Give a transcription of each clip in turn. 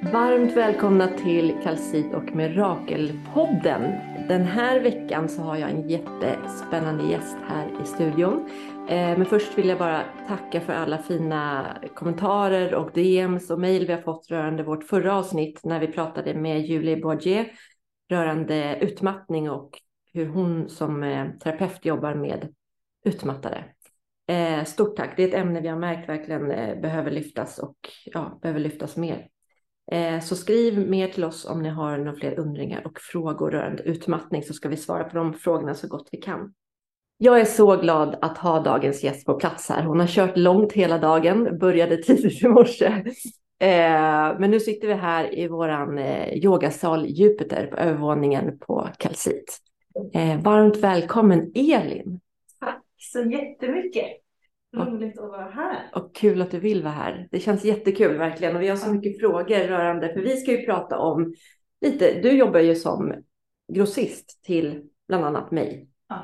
Varmt välkomna till Kalcit och Mirakelpodden. Den här veckan så har jag en jättespännande gäst här i studion. Men först vill jag bara tacka för alla fina kommentarer och DMs och mejl vi har fått rörande vårt förra avsnitt när vi pratade med Julie Bourdieu rörande utmattning och hur hon som terapeut jobbar med utmattade. Stort tack, det är ett ämne vi har märkt verkligen behöver lyftas och behöver lyftas mer. Så skriv mer till oss om ni har några fler undringar och frågor rörande utmattning, så ska vi svara på de frågorna så gott vi kan. Jag är så glad att ha dagens gäst på plats här. Hon har kört långt hela dagen, började tidigt i morse. Men nu sitter vi här i våran yogasal Jupiter på övervåningen på Kalcit. Varmt välkommen Elin. Tack så jättemycket. Roligt att vara här. Och kul att du vill vara här. Det känns jättekul verkligen. Och vi har så mycket frågor rörande. För vi ska ju prata om lite. Du jobbar ju som grossist till bland annat mig. Ja.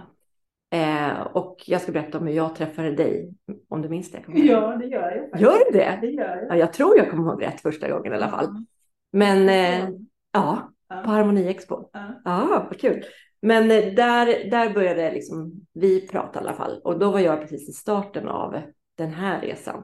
Och jag ska berätta om hur jag träffade dig. Om du minns det. Ja, det gör jag faktiskt. Gör du det? Det gör jag. Ja, jag tror jag kommer ihåg rätt första gången i alla fall. Men på Harmoni Expo. Ja, vad kul. Men där började liksom vi prata i alla fall. Och då var jag precis i starten av den här resan.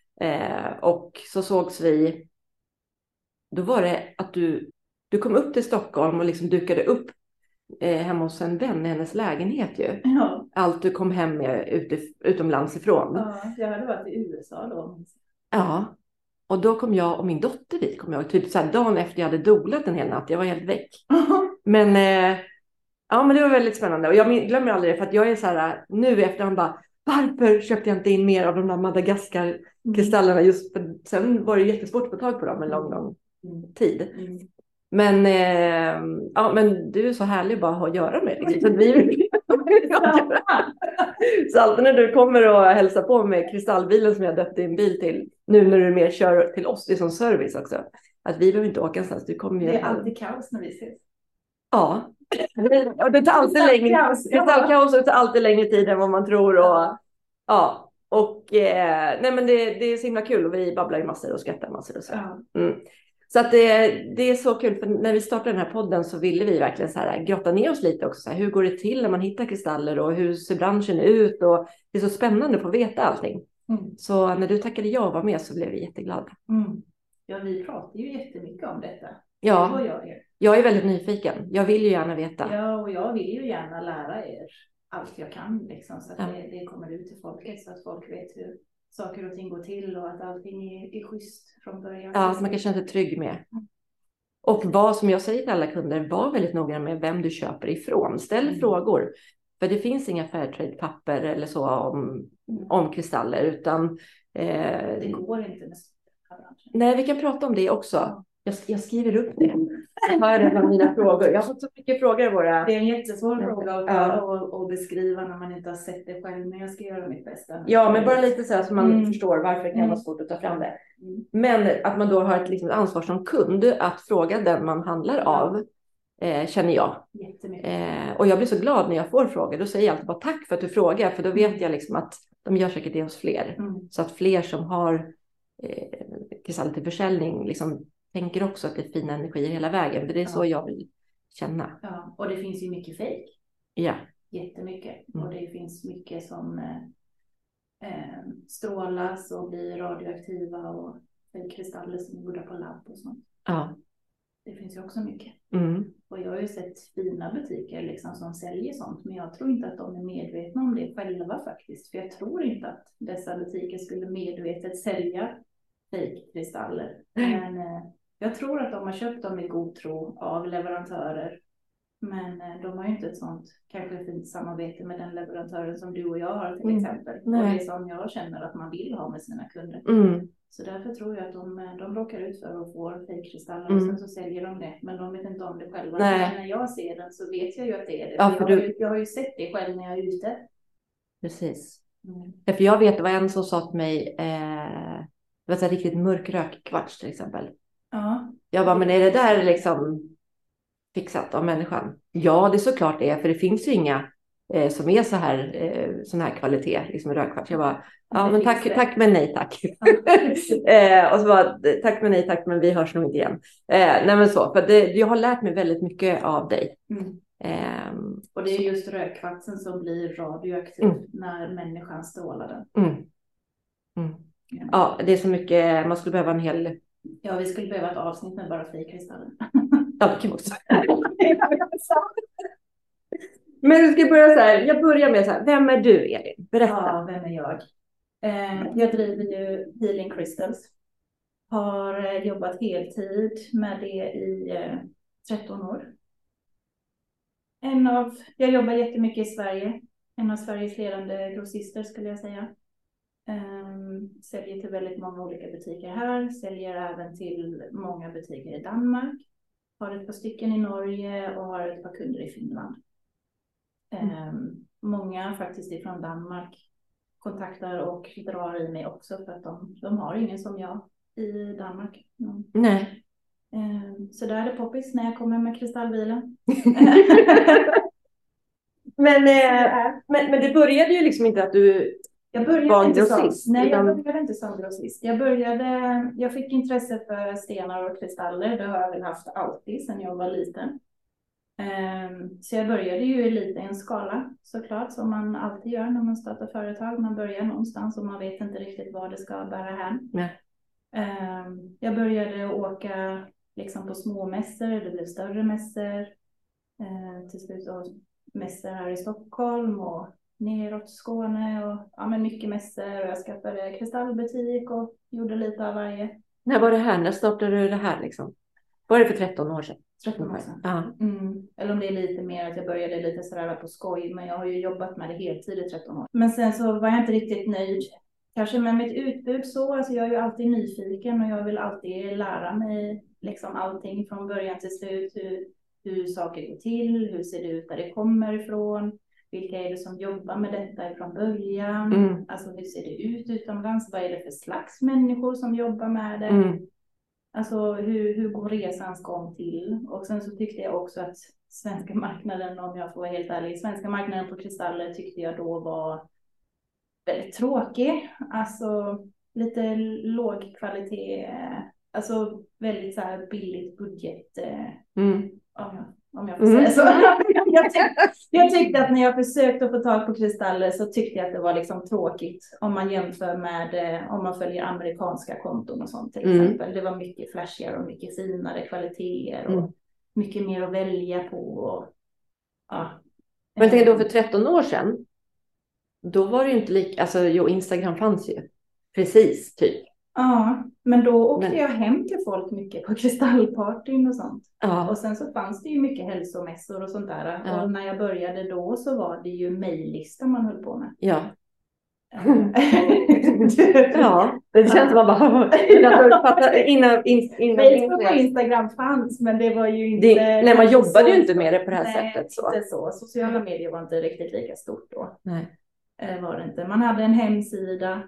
Och så sågs vi. Då var det att du kom upp till Stockholm och liksom dukade upp hemma hos en vän i hennes lägenhet ju. Ja. Allt du kom hem med utomlands ifrån. Ja, jag hade varit i USA då. Ja. Och då kom jag och min dotter dit. Kom jag typ så här dagen efter jag hade dolat en hel natt. Jag var helt väck. Men det var väldigt spännande. Och jag glömmer aldrig det. För att jag är så här nu efterhand bara. Varför köpte jag inte in mer av de där Madagaskar-kristallerna? Just för sen var det jättesvårt att få tag på dem en lång tid. Men, men du är så härlig bara att ha att göra med. Liksom. Så alltid när du kommer och hälsar på med kristallbilen som jag döpte in bil till. Nu när du mer kör till oss, det är som service också. Att vi behöver inte åka någonstans. Du kommer det är alltid kaos när vi ses. Ja. Och det tar alltid längre. Kristallkaos tar alltid längre tid än vad man tror. Och nej men det är så himla kul. Och vi babblar ju massor och skrattar massor och så. Så att det är så kul, för när vi startade den här podden så ville vi verkligen så här grotta ner oss lite också. Så här, hur går det till när man hittar kristaller och hur ser branschen ut? Och det är så spännande att få veta allting. Så när du tackade ja och var med så blev vi jätteglada. Ja, vi pratar ju jättemycket om detta. Ja, jag är väldigt nyfiken. Jag vill ju gärna veta. Ja, och jag vill ju gärna lära er allt jag kan. Liksom, så att det kommer ut till folket så att folk vet hur saker och ting går till och att allting är schysst från början. Ja, så man kan känna sig trygg med. Och vad som jag säger till alla kunder, var väldigt noga med vem du köper ifrån. Ställ frågor. För det finns inga Fairtrade-papper eller så om kristaller. Utan, det går inte med branschen. Nej, vi kan prata om det också. Jag skriver upp det. Här är mina frågor. Jag har fått så mycket frågor. Det är en jättesvår fråga att beskriva när man inte har sett det själv. Men jag ska göra mitt bästa. Ja, men bara lite så här så man förstår varför det kan vara svårt att ta fram det. Men att man då har ett liksom ansvar som kund att fråga den man handlar av. Känner jag. Och jag blir så glad när jag får frågor. Då säger jag alltid bara tack för att du frågar. För då vet jag liksom att de gör säkert det hos fler. Så att fler som har kristaller till försäljning liksom tänker också att det är fina energier hela vägen. För det är så jag vill känna. Ja, och det finns ju mycket fake. Ja. Jättemycket. Och det finns mycket som strålas och blir radioaktiva och kristaller som är gjorda på labb och sånt. Ja. Det finns ju också mycket. Och jag har ju sett fina butiker liksom som säljer sånt. Men jag tror inte att de är medvetna om det själva faktiskt. För jag tror inte att dessa butiker skulle medvetet sälja fake-kristaller. Men jag tror att de har köpt dem i god tro av leverantörer. Men de har ju inte ett sånt kanske fint samarbete med den leverantören som du och jag har till exempel. Och det är som jag känner att man vill ha med sina kunder. Så därför tror jag att de råkar ut för att få fejkkristaller och sen så säljer de det. Men de vet inte om det själva. Men när jag ser den så vet jag ju att det är det. Ja, jag har ju sett det själv när jag är ute. Precis. Ja, för jag vet, det var en som sa till mig det var så här riktigt mörk rökkvarts till exempel. Ja. Jag bara, men är det där liksom fixat av människan? Ja, det är såklart det är. För det finns ju inga som är sån här kvalitet, liksom rödkvarts. Jag bara, ja men tack men nej tack. Och så bara, tack men nej tack, men vi hörs nog inte igen. Nej men så, för jag har lärt mig väldigt mycket av dig. Och det är just rödkvartsen som blir radioaktiv när människan strålar den. Ja, det är så mycket, man skulle behöva en hel... Ja, vi skulle behöva ett avsnitt med bara fejkkristaller. Ja, det kan också. Men vi ska börja så här, jag börjar med så här, vem är du Elin? Berätta. Ja, vem är jag? Jag driver ju Healing Crystals. Har jobbat heltid med det i 13 år. Jag jobbar jättemycket i Sverige. En av Sveriges ledande grossister skulle jag säga. Säljer till väldigt många olika butiker här. Säljer även till många butiker i Danmark. Har ett par stycken i Norge och har ett par kunder i Finland. Många faktiskt ifrån Danmark kontaktar och drar i mig också för att de har ingen som jag i Danmark. Nej. Så där är det poppis när jag kommer med kristallbilen. men det började ju liksom inte att du var en grossist. Nej, jag började inte som grossist. Jag fick intresse för stenar och kristaller. Det har jag väl haft alltid sedan jag var liten. Så jag började ju i liten skala såklart, som man alltid gör när man startar företag. Man börjar någonstans och man vet inte riktigt vad det ska bära hän. Jag började åka liksom på små mässor, det blev större mässor. Till slut så mässor här i Stockholm och neråt Skåne och men mycket mässor. Och jag skaffade kristallbutik och gjorde lite av varje. När var det här? När startade du det här liksom? Var det för 13 år sedan? 13 år sedan. Ja. Eller om det är lite mer att jag började lite sådär på skoj. Men jag har ju jobbat med det heltid i 13 år. Men sen så var jag inte riktigt nöjd. Kanske med mitt utbud så. Alltså jag är ju alltid nyfiken och jag vill alltid lära mig liksom allting från början till slut. Hur saker går till. Hur ser det ut där det kommer ifrån. Vilka är det som jobbar med detta ifrån början? Alltså hur ser det ut utomlands? Vad är det för slags människor som jobbar med det? Alltså hur går resans gång till? Och sen så tyckte jag också att svenska marknaden, om jag får vara helt ärlig, svenska marknaden på kristaller tyckte jag då var väldigt tråkig. Alltså lite låg kvalitet, alltså väldigt så här billigt budget. Om jag får säga så. Jag tyckte att när jag försökte att få tag på kristaller så tyckte jag att det var liksom tråkigt om man jämför med om man följer amerikanska konton och sånt till exempel. Det var mycket flashigare och mycket finare kvaliteter och mycket mer att välja på. Och, ja. Men jag tänker då för 13 år sedan, då var det ju inte alltså Instagram fanns ju precis typ. Ja, men då åkte jag hem till folk mycket på kristallpartyn och sånt. Ja. Och sen så fanns det ju mycket hälsomässor och sånt där. Ja. Och när jag började då så var det ju mejllistan man höll på med. Ja. Ja, det känns som bara... Facebook och Instagram fanns, men det var ju inte... Nej, man jobbade ju inte med det på det här sättet. Så. Inte så. Sociala medier var inte riktigt lika stort då. Nej. Var det inte. Man hade en hemsida.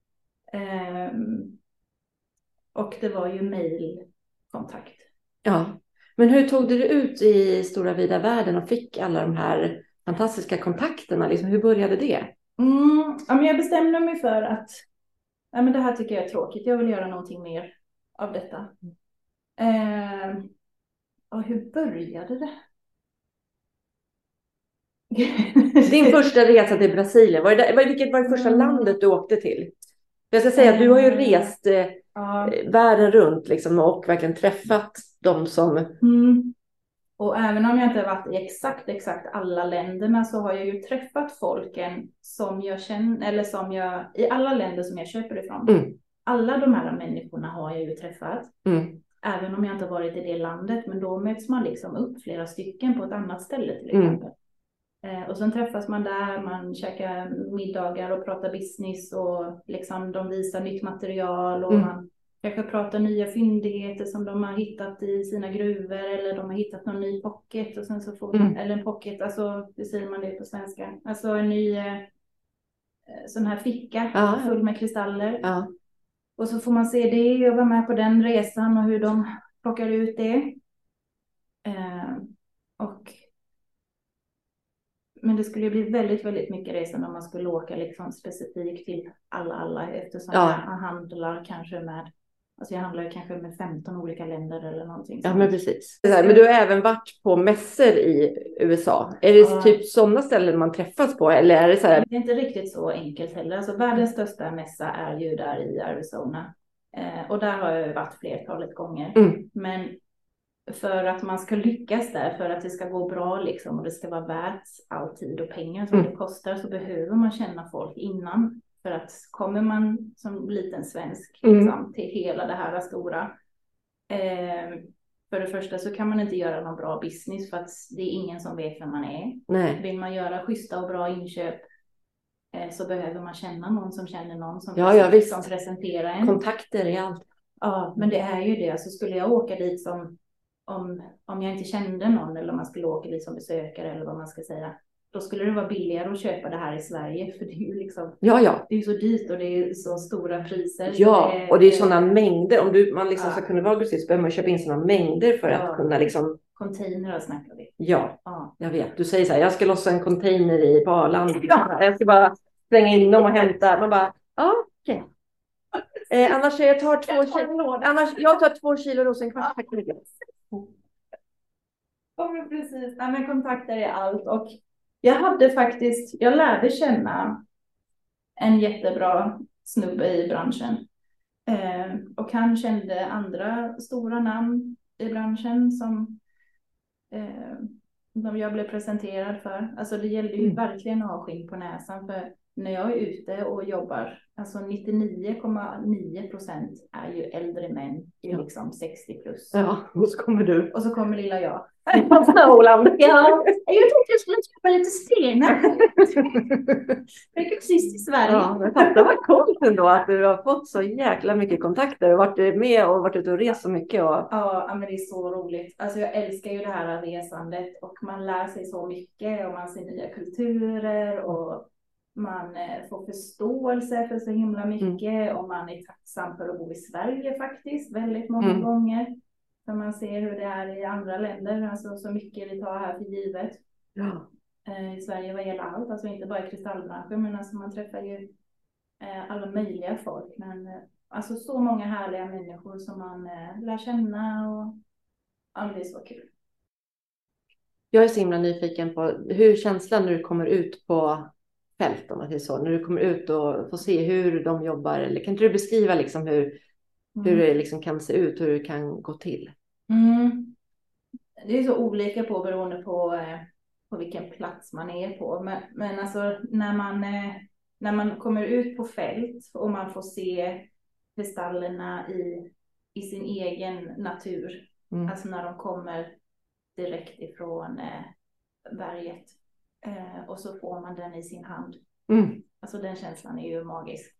Och det var ju mejlkontakt. Ja. Men hur tog du ut i stora vida världen och fick alla de här fantastiska kontakterna? Liksom, hur började det? Ja, men jag bestämde mig för att men det här tycker jag är tråkigt. Jag vill göra någonting mer av detta. Och hur började det? Din första resa till Brasilien, vilket var det första landet du åkte till? Jag ska säga att du har ju rest världen runt liksom, och verkligen träffat de som... Och även om jag inte har varit i exakt alla länderna så har jag ju träffat folken som jag känner, eller som jag, i alla länder som jag köper ifrån. Alla de här människorna har jag ju träffat. Även om jag inte har varit i det landet, men då möts man liksom upp flera stycken på ett annat ställe till exempel. Och sen träffas man där, man käkar middagar och pratar business och liksom de visar nytt material och man kanske pratar nya fyndigheter som de har hittat i sina gruvor eller de har hittat någon ny pocket och sen så får eller en pocket, alltså det säger man det på svenska, alltså en ny sån här ficka full med kristaller. Och så får man se det och vara med på den resan och hur de plockar ut det. Men det skulle ju bli väldigt, väldigt mycket resor om man skulle åka liksom specifikt till alla eftersom jag handlar kanske med, alltså jag handlar ju kanske med 15 olika länder eller någonting. Ja, men precis. Men du har även varit på mässor i USA. Är det typ sådana ställen man träffas på? Eller är det så här? Det är inte riktigt så enkelt heller. Alltså världens största mässa är ju där i Arizona. Och där har jag varit flertalet gånger. Men för att man ska lyckas där, för att det ska gå bra liksom, och det ska vara värt all tid och pengar som det kostar, så behöver man känna folk innan. För att kommer man som liten svensk liksom, till hela det här stora, för det första så kan man inte göra någon bra business för att det är ingen som vet vem man är. Nej. Vill man göra schyssta och bra inköp så behöver man känna någon som känner någon som, som presenterar en. Kontakter i allt. Ja, men det är ju det. Så skulle jag åka dit som om jag inte kände någon, eller om man skulle åka dit som besökare eller vad man ska säga, då skulle det vara billigare att köpa det här i Sverige, för det är ju liksom, det är ju så dyrt och det är så stora priser. Ja, och det är sådana mängder. Om man liksom ska kunna vara grossist så behöver man köpa in sådana mängder för att kunna liksom... Containrar snackar vi. Ja, jag vet. Du säger så här, jag ska lossa en container på Arlanda. Jag ska bara slänga in dem och hämta. Man bara, okej. Annars jag tar 2 kilo rosenkvarts. Tack så mycket. Ja, men precis. Nej, men kontakter är allt. Och jag lärde känna en jättebra snubbe i branschen. Och han kände andra stora namn i branschen som jag blev presenterad för. Alltså det gällde ju verkligen att ha skinn på näsan, för när jag är ute och jobbar, alltså 99,9% är ju äldre män i liksom 60 plus. Ja, och så kommer du. Och så kommer lilla jag. Åland. Ja, jag tänkte jag skulle köpa lite stenar. Jag gick precis i Sverige. Ja, det var coolt ändå att du har fått så jäkla mycket kontakter och varit med och varit ute och rest så mycket. Ja, men det är så roligt. Alltså jag älskar ju det här resandet och man lär sig så mycket och man ser nya kulturer och man får förståelse för så himla mycket och man är tacksam för att bo i Sverige faktiskt väldigt många gånger. För man ser hur det är i andra länder, alltså så mycket vi tar här för givet. Ja. I Sverige vad gäller allt, alltså inte bara i kristallbranschen, men alltså man träffar ju alla möjliga folk. Men alltså så många härliga människor som man lär känna och det är så kul. Jag är så himla nyfiken på hur känslan när du kommer ut på fält, om man säger så. När du kommer ut och får se hur de jobbar, eller kan inte du beskriva liksom hur det liksom kan se ut, hur det kan gå till? Det är så olika beroende på vilken plats man är på. Men alltså när man kommer ut på fält och man får se kristallerna i sin egen natur. Alltså när de kommer direkt ifrån berget. Och så får man den i sin hand. Alltså den känslan är ju magisk.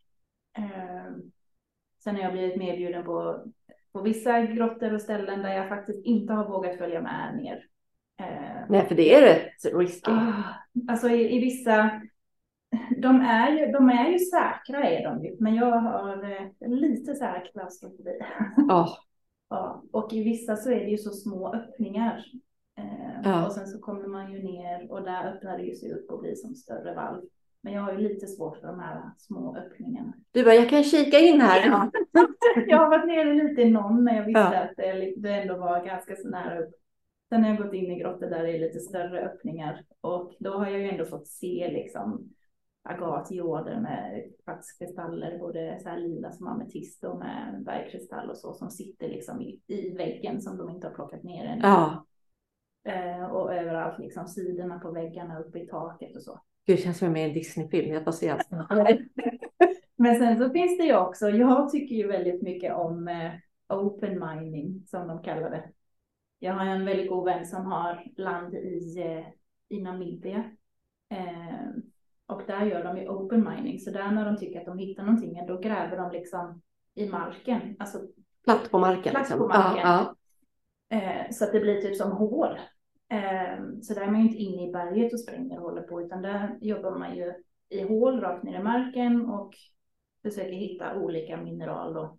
Sen har jag blivit medbjuden på vissa grottor och ställen där jag faktiskt inte har vågat följa med ner. Nej, för det är rätt risky. Alltså i vissa, de är ju säkra är de ju, men jag har lite så här klaustrofobi. Ja, och i vissa så är det ju så små öppningar. Och sen så kommer man ju ner och där öppnar det ju sig upp och blir som större valv. Men jag har ju lite svårt för de här små öppningarna. Du bara, jag kan kika in här. Ja. Jag har varit nere lite i någon när jag visste att det ändå var ganska så nära upp. Sen har jag gått in i grottor där det är lite större öppningar. Och då har jag ju ändå fått se liksom agatjorder med kvartskristaller. Både så här lila som ametist och med bergkristall och så. Som sitter liksom i väggen som de inte har plockat ner än. Och överallt liksom sidorna på väggarna uppe i taket och så. Det känns som en Disney-film, jag får se allt. Men sen så finns det ju också, jag tycker ju väldigt mycket om open mining som de kallar det. Jag har en väldigt god vän som har land i Namibia. Och där gör de ju open mining. Så där när de tycker att de hittar någonting, då gräver de liksom i marken. Alltså platt på marken. Platt på marken. Så att det blir typ som hål. Så där är man ju inte inne i berget och spränger och håller på, utan där jobbar man ju i hål rakt ner i marken och försöker hitta olika mineral då.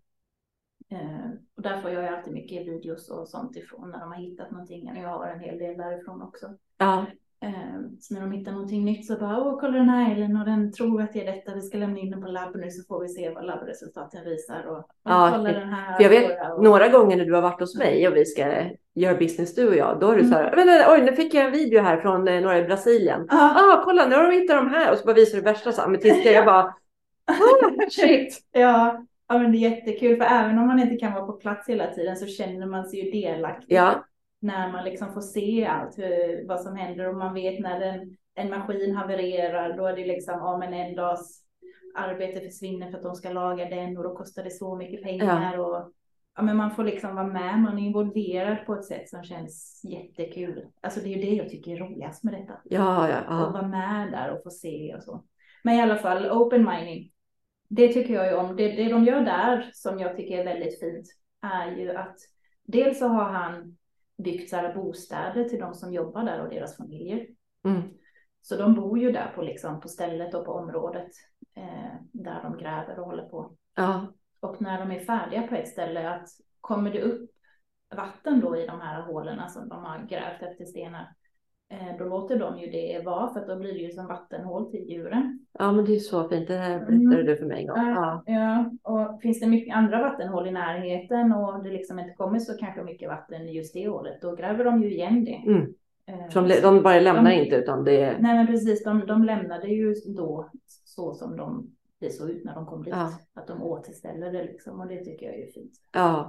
Och där får jag alltid mycket videos och sånt ifrån när de har hittat någonting. Jag har en hel del därifrån också. Så när de hittar någonting nytt så bara, kolla den här Ellen och den tror att det är detta, vi ska lämna in den på labb nu så får vi se vad labbresultaten visar och kolla den här. För jag vet några gånger när du har varit hos mig och vi ska göra business du och jag, då är du så här, oj nu fick jag en video här från några i Brasilien. Kolla nu har de hittat de här och så bara visar det värsta så men tills jag bara, shit. Ja, men det är jättekul för även om man inte kan vara på plats hela tiden så känner man sig ju delaktig. Ja. När man liksom får se allt, vad som händer och man vet när en maskin havererar, då är det liksom, men en dags arbete försvinner för att de ska laga den och då kostar det så mycket pengar och men man får liksom vara med, man är involverad på ett sätt som känns jättekul. Alltså det är ju det jag tycker är roligast med detta. Ja. Att vara med där och få se och så. Men i alla fall, open mining, det tycker jag ju om. Det de gör där som jag tycker är väldigt fint är ju att dels så har han byggt så här bostäder till de som jobbar där och deras familjer. Så de bor ju där på stället och på området där de gräver och håller på. Ja. Och när de är färdiga på ett ställe, att kommer det upp vatten då i de här hålen som de har grävt efter stenar, då låter de ju det vara för att då blir det ju som vattenhål till djuren. Ja, men det är så fint. Det här berättade du för mig en gång. Ja, och finns det mycket andra vattenhål i närheten och det liksom inte kommer så kanske mycket vatten i just det hålet, då gräver de ju igen det. De bara lämnar inte utan det... Nej men precis, de lämnade ju då så som det såg ut när de kom dit. Att de återställer det liksom och det tycker jag är fint. Ja.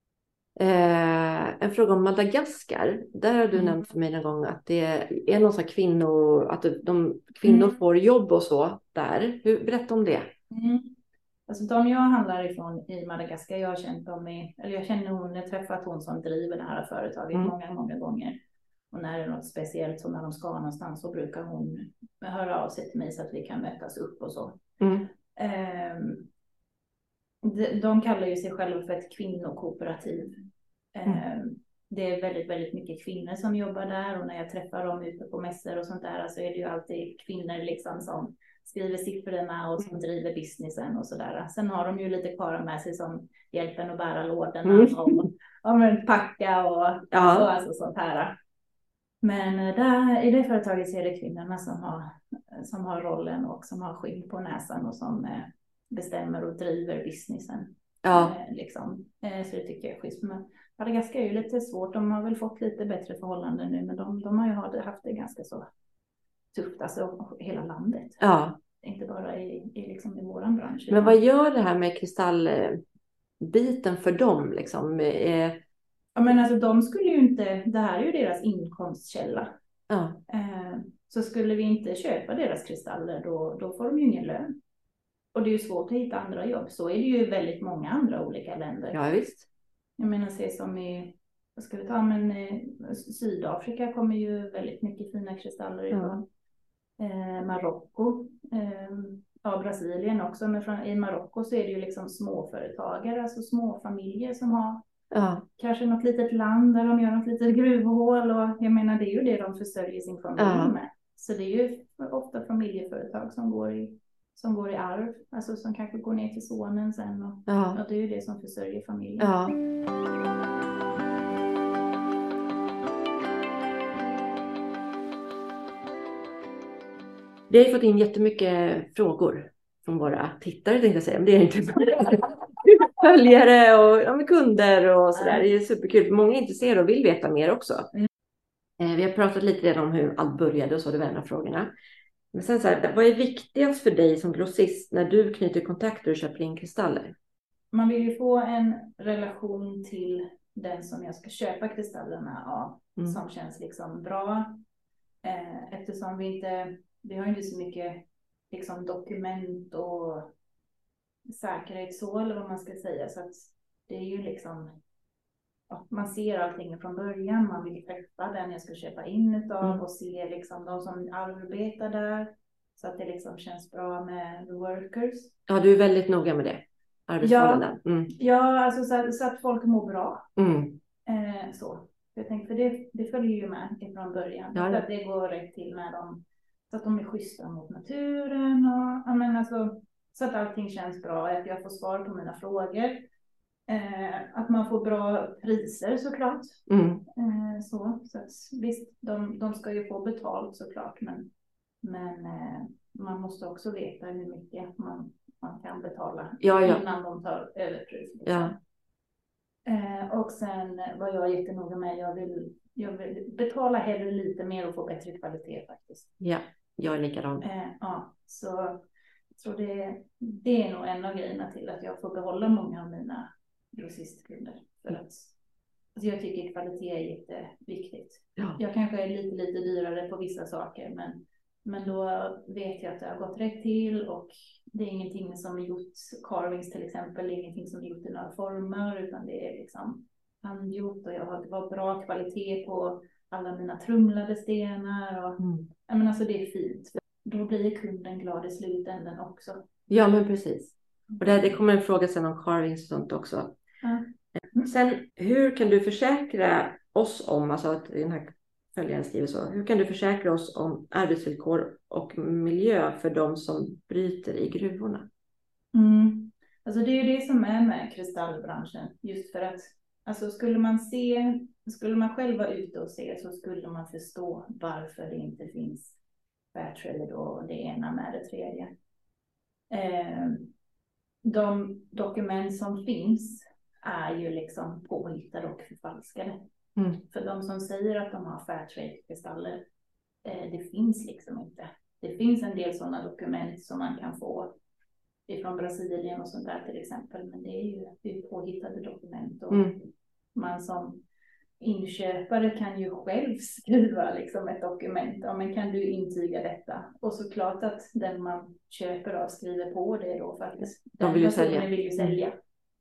En fråga om Madagaskar. Där har du nämnt för mig någon gång att det är någon sån här kvinnor får jobb och så där. Berätta om det. Alltså de jag handlar ifrån i Madagaskar, jag har känt dem jag har träffat hon som driver det här företaget många gånger. Och när det är något speciellt som när de ska någonstans så brukar hon höra av sig till mig så att vi kan mötas upp och så. De kallar ju sig själva för ett kvinnokooperativ. Det är väldigt, väldigt mycket kvinnor som jobbar där och när jag träffar dem ute på mässor och sånt där så är det ju alltid kvinnor liksom som skriver siffrorna och som driver businessen och sådär. Sen har de ju lite karlar med sig som hjälper en att bära lådorna och packa och alltså sånt här. Men där, i det företaget så är det kvinnorna som har rollen och som har skinn på näsan och som bestämmer och driver businessen. Liksom. Så det tycker jag är schysst. Men Madagaskar är ju lite svårt. De har väl fått lite bättre förhållanden nu, men de har ju haft det ganska så tufft, alltså hela landet. Ja. Inte bara i våran bransch. Men vad gör det här med kristallbiten för dem liksom? Ja, men alltså de skulle ju inte, det här är ju deras inkomstkälla. Så skulle vi inte köpa deras kristaller då får de ju ingen lön. Och det är ju svårt att hitta andra jobb. Så är det ju väldigt många andra olika länder. Ja, visst. Jag menar, se som vad ska vi ta, men Sydafrika kommer ju väldigt mycket fina kristaller ifrån. Marocko, Brasilien också. Men i Marocko så är det ju liksom småföretagare, alltså småfamiljer som har kanske något litet land där de gör något litet gruvhål. Och jag menar, det är ju det de försörjer sin familj med. Så det är ju ofta familjeföretag som går i arv, alltså som kanske går ner till sonen sen och det är ju det som försörjer familjen. Ja. Vi har ju fått in jättemycket frågor från våra tittare, tänkte jag säga, men det är inte följare och kunder och sådär. Det är superkul. Många är intresserade och vill veta mer också. Vi har pratat lite redan om hur allt började och så, det var en av frågorna. Men sen så här, vad är viktigast för dig som grossist när du knyter kontakter och köper in kristaller? Man vill ju få en relation till den som jag ska köpa kristallerna av som känns liksom bra. Eftersom vi har inte så mycket liksom dokument och säkerhet så, eller vad man ska säga. Så att det är ju liksom, man ser allting från början. Man vill träffa den jag ska köpa in utav och se liksom de som arbetar där. Så att det liksom känns bra med the workers. Ja, du är väldigt noga med det. Arbetsförhållanden. Ja, alltså så att folk mår bra. Så. Jag tänkte, för det följer ju med från början. Så att det går rätt till med dem. Så att de är schyssta mot naturen. Och, så att allting känns bra. Att jag får svar på mina frågor. Att man får bra priser såklart. Så att, visst, de ska ju få betalt såklart. Men man måste också veta hur mycket man kan betala innan de tar överpris. Liksom. Och sen var jag jättenoga med, jag vill betala hellre lite mer och få bättre kvalitet faktiskt. Ja, jag är likadan. Så det är nog en av grejerna till att jag får behålla många av mina grossistkunder. För att jag tycker kvalitet är jätteviktigt. Ja. Jag kanske är lite dyrare på vissa saker, men då vet jag att det har gått rätt till och det är ingenting som är gjort, carvings till exempel, det är ingenting som är gjort i några former, utan det är liksom handgjort och jag har bra kvalitet på alla mina trumlade stenar och men alltså det är fint. Då blir kunden glad i slutändan också. Ja, men precis. Och det kommer en fråga sen om carvings och sånt också. Sen, hur kan du försäkra oss om, alltså att den här följaren skriver så, hur kan du försäkra oss om arbetsvillkor och miljö för de som bryter i gruvorna? Alltså det är ju det som är med kristallbranschen. Just för att alltså skulle man själv vara ute och se, så skulle man förstå varför det inte finns Fairtrade och det ena med det tredje. De dokument som finns är ju liksom påhittade och förfalskade. För de som säger att de har Fairtrade-kristaller, det finns liksom inte. Det finns en del sådana dokument som man kan få ifrån Brasilien och sånt där till exempel, men det är ju påhittade dokument och man som inköpare kan ju själv skriva liksom ett dokument. Ja, men kan du intyga detta? Och såklart att den man köper av skriver på det då faktiskt. De vill ju sälja.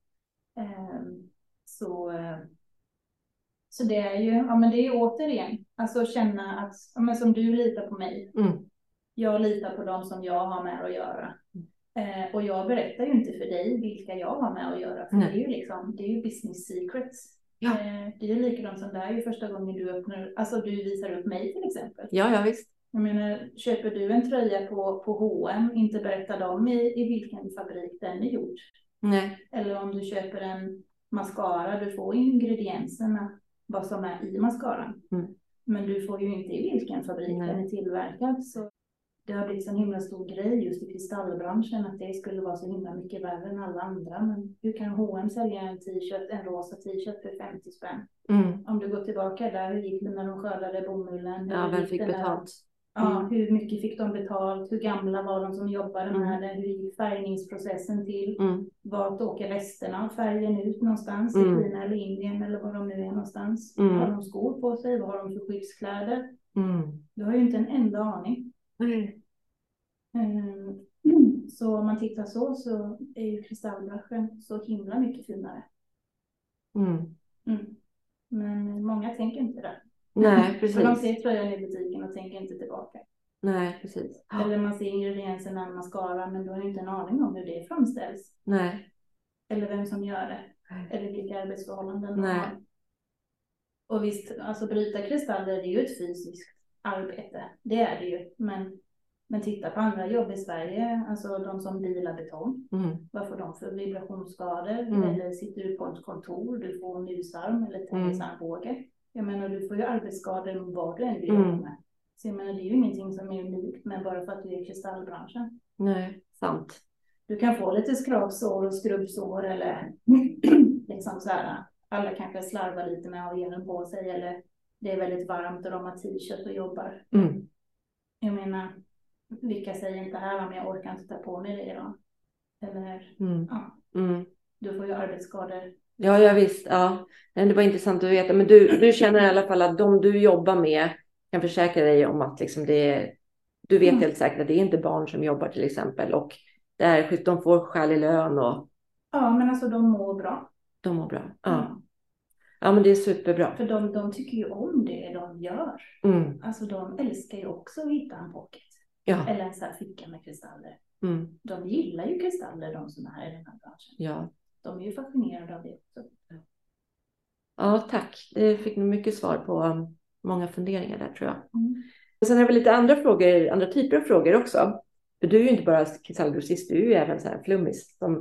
Så det är ju, ja men det är ju återigen, alltså känna att, ja men som du litar på mig. Jag litar på dem som jag har med att göra. Och jag berättar ju inte för dig vilka jag har med att göra. För det är ju liksom, det är ju business secrets. Ja. Det är ju likadant som det är ju första gången du öppnar, alltså du visar upp mig till exempel. Ja, visst. Jag menar, köper du en tröja på H&M, inte berättar de i vilken fabrik den är gjord. Nej. Eller om du köper en mascara, du får ingredienserna, vad som är i mascaran. Men du får ju inte i vilken fabrik den är tillverkad. Så det har blivit en himla stor grej just i kristallbranschen att det skulle vara så himla mycket värre än alla andra. Men hur kan H&M sälja en rosa t-shirt för 50 spänn? Om du går tillbaka där, hur gick det när de skördade bomullen? Ja, vem fick betalt? Ja, hur mycket fick de betalt? Hur gamla var de som jobbade med det? Hur gick färgningsprocessen till? Vart åker resterna av färgen ut någonstans? I Kina eller Indien eller var de nu är någonstans? Har de skor på sig? Vad har de för skyddskläder? Du har ju inte en enda aning. Så om man tittar så är ju kristallbranschen så himla mycket finare. Men många tänker inte det. Nej, precis. För de ser tröjan i butiken och tänker inte tillbaka. Nej, precis. Eller man ser ingredienserna när man skalar, men då har inte en aning om hur det framställs. Nej. Eller vem som gör det. Eller vilka arbetsförhållanden de har. Och visst, alltså bryta kristaller är ju ett fysiskt arbete. Det är det ju. Men titta på andra jobb i Sverige, alltså de som bilar betong. Vad får de för vibrationsskador? Eller sitter du på ett kontor, du får musarm eller tennisarmbåge. Jag menar, du får ju arbetsskador vad du än jobbar med. Så jag menar, det är ju ingenting som är unikt, men bara för att du är i kristallbranschen. Nej, sant. Du kan få lite skrapsår och skrubbsår eller liksom så här. Alla kanske slarvar lite med att ha elen på sig eller det är väldigt varmt och de har t-shirt och jobbar. Jag menar, vilka säger inte här om jag orkar inte ta på mig det idag. Eller, du får ju arbetsskador. Ja, visst. Ja. Det var intressant att veta. Men du känner i alla fall att de du jobbar med kan försäkra dig om att liksom du vet helt säkert att det är inte barn som jobbar till exempel. Och de får skälig lön. Och... Ja, men alltså de mår bra. De mår bra, ja. Ja, men det är superbra. För de tycker ju om det de gör. Alltså de älskar ju också att hitta en pocket. Ja. Eller en sån här ficka med kristaller. De gillar ju kristaller, de som är i den här branschen. Ja. De är ju fascinerade av det också. Ja, tack. Det fick nog mycket svar på många funderingar där tror jag. Och sen har vi lite andra typer av frågor också. För du är ju inte bara kristallgrossist, du är ju även så här flummis. Som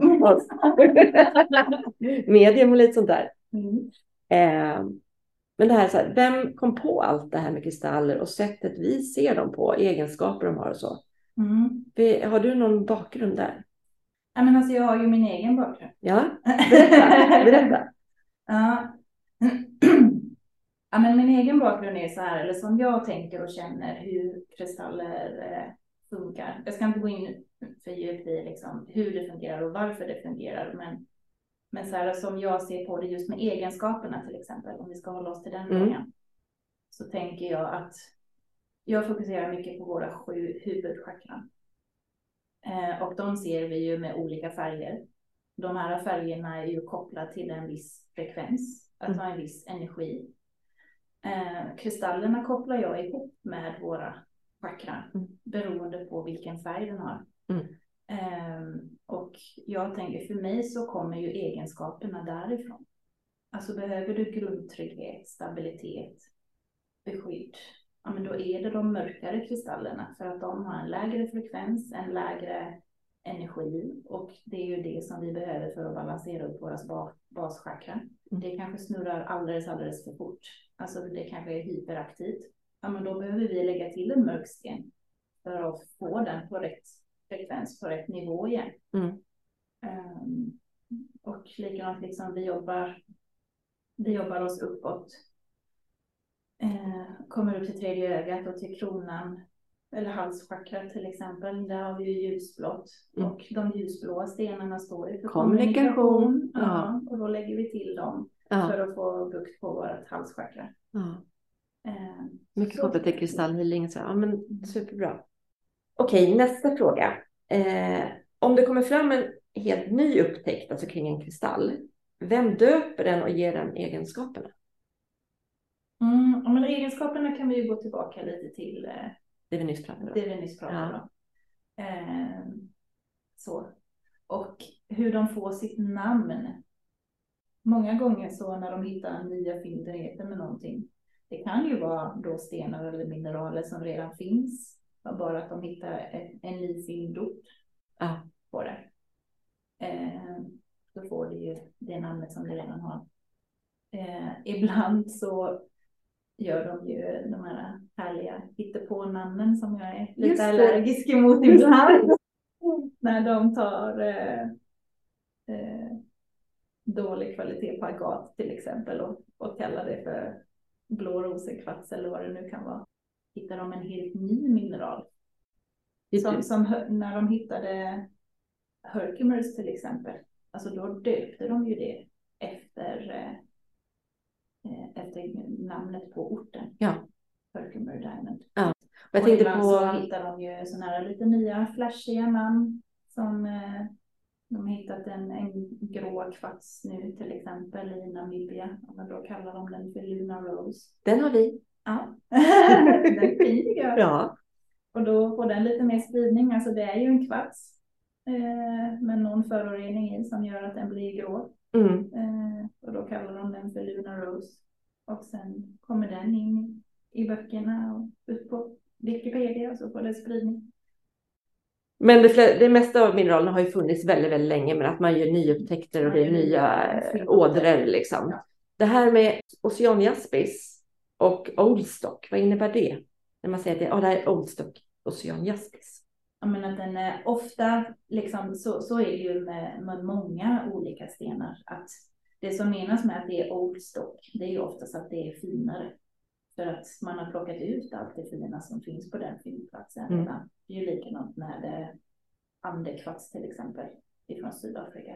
medium och lite sånt där. Men det här, så här, vem kom på allt det här med kristaller och sättet vi ser dem på, egenskaper de har och så? Har du någon bakgrund där? Ja, men alltså jag har ju min egen bakgrund. Ja, berätta. Ja. Ja, men min egen bakgrund är så här, eller som jag tänker och känner hur kristaller funkar. Jag ska inte gå in för djupt i liksom hur det fungerar och varför det fungerar, men så här som jag ser på det just med egenskaperna till exempel, om vi ska hålla oss till den frågan, så tänker jag att jag fokuserar mycket på våra 7 huvudchakran. Och de ser vi ju med olika färger. De här färgerna är ju kopplade till en viss frekvens, att ha en viss energi. Kristallerna kopplar jag ihop med våra chakran beroende på vilken färg den har. Och jag tänker, för mig så kommer ju egenskaperna därifrån. Alltså behöver du grundtrygghet, stabilitet, beskydd, ja, men då är det de mörkare kristallerna, för att de har en lägre frekvens, en lägre energi, och det är ju det som vi behöver för att balansera upp våra baschakran. Det kanske snurrar alldeles för fort, alltså det kanske är hyperaktivt. Ja, men då behöver vi lägga till en mörk sten för att få den på rätt frekvens, på rätt nivå igen. Och likadant liksom vi jobbar oss uppåt. Kommer upp till tredje ögat och till kronan eller halschakrat till exempel. Där har vi ju ljusblått. Och de ljusblåa stenarna står ju för kommunikation. Ja, och då lägger vi till dem för att få bukt på vårt halschakra. Mycket kopplat till kristallhealing. Ja, men superbra. Okej, nästa fråga. Om det kommer fram en helt ny upptäckt, alltså kring en kristall, vem döper den och ger den egenskaperna? Men egenskaperna kan vi ju gå tillbaka lite till det vi nyss pratade om. Så. Och hur de får sitt namn. Många gånger så när de hittar nya fyndigheter med någonting. Det kan ju vara då stenar eller mineraler som redan finns. Bara att de hittar en ny fyndort på det. Då får det ju det namnet som det redan har. Ibland så gör de ju de här härliga hittepå-namnen som jag är lite allergisk emot ibland. När de tar dålig kvalitet på agat till exempel och kallar det för blå rosenkvarts eller vad det nu kan vara. Hittar de en helt ny mineral. Som när de hittade Herkimer till exempel. Alltså då döpte de ju det efter namnet på orten. Ja. Herkimer Diamond. Ja. Och tänkte ibland så hittar de ju sådana här lite nya flashiga namn. Som de har hittat en grå kvarts nu till exempel i Namibia. Men då kallar de den för Lunar Rose. Den har vi. Ja. Den är fin. Ja. Och då får den lite mer spridning. Alltså det är ju en kvarts. Med någon förorening i som gör att den blir grå. Och då kallar de den för Lunar Rose. Och sen kommer den in i böckerna och ut på Wikipedia och så får det spridning. Men det mesta av mineralerna har ju funnits väldigt, väldigt länge, men att man gör nyupptäckter och det är nya ådror liksom. Ja. Det här med oceanjaspis och oldstock, vad innebär det? När man säger att det här är oldstock, oceanjaspis. Ja, men att den är ofta, liksom, så är det ju med många olika stenar. Att det som menas med att det är oldstock, det är ju oftast att det är finare. För att man har plockat ut allt det fina som finns på den fyndplatsen. Det är ju likadant med andekvarts till exempel ifrån Sydafrika.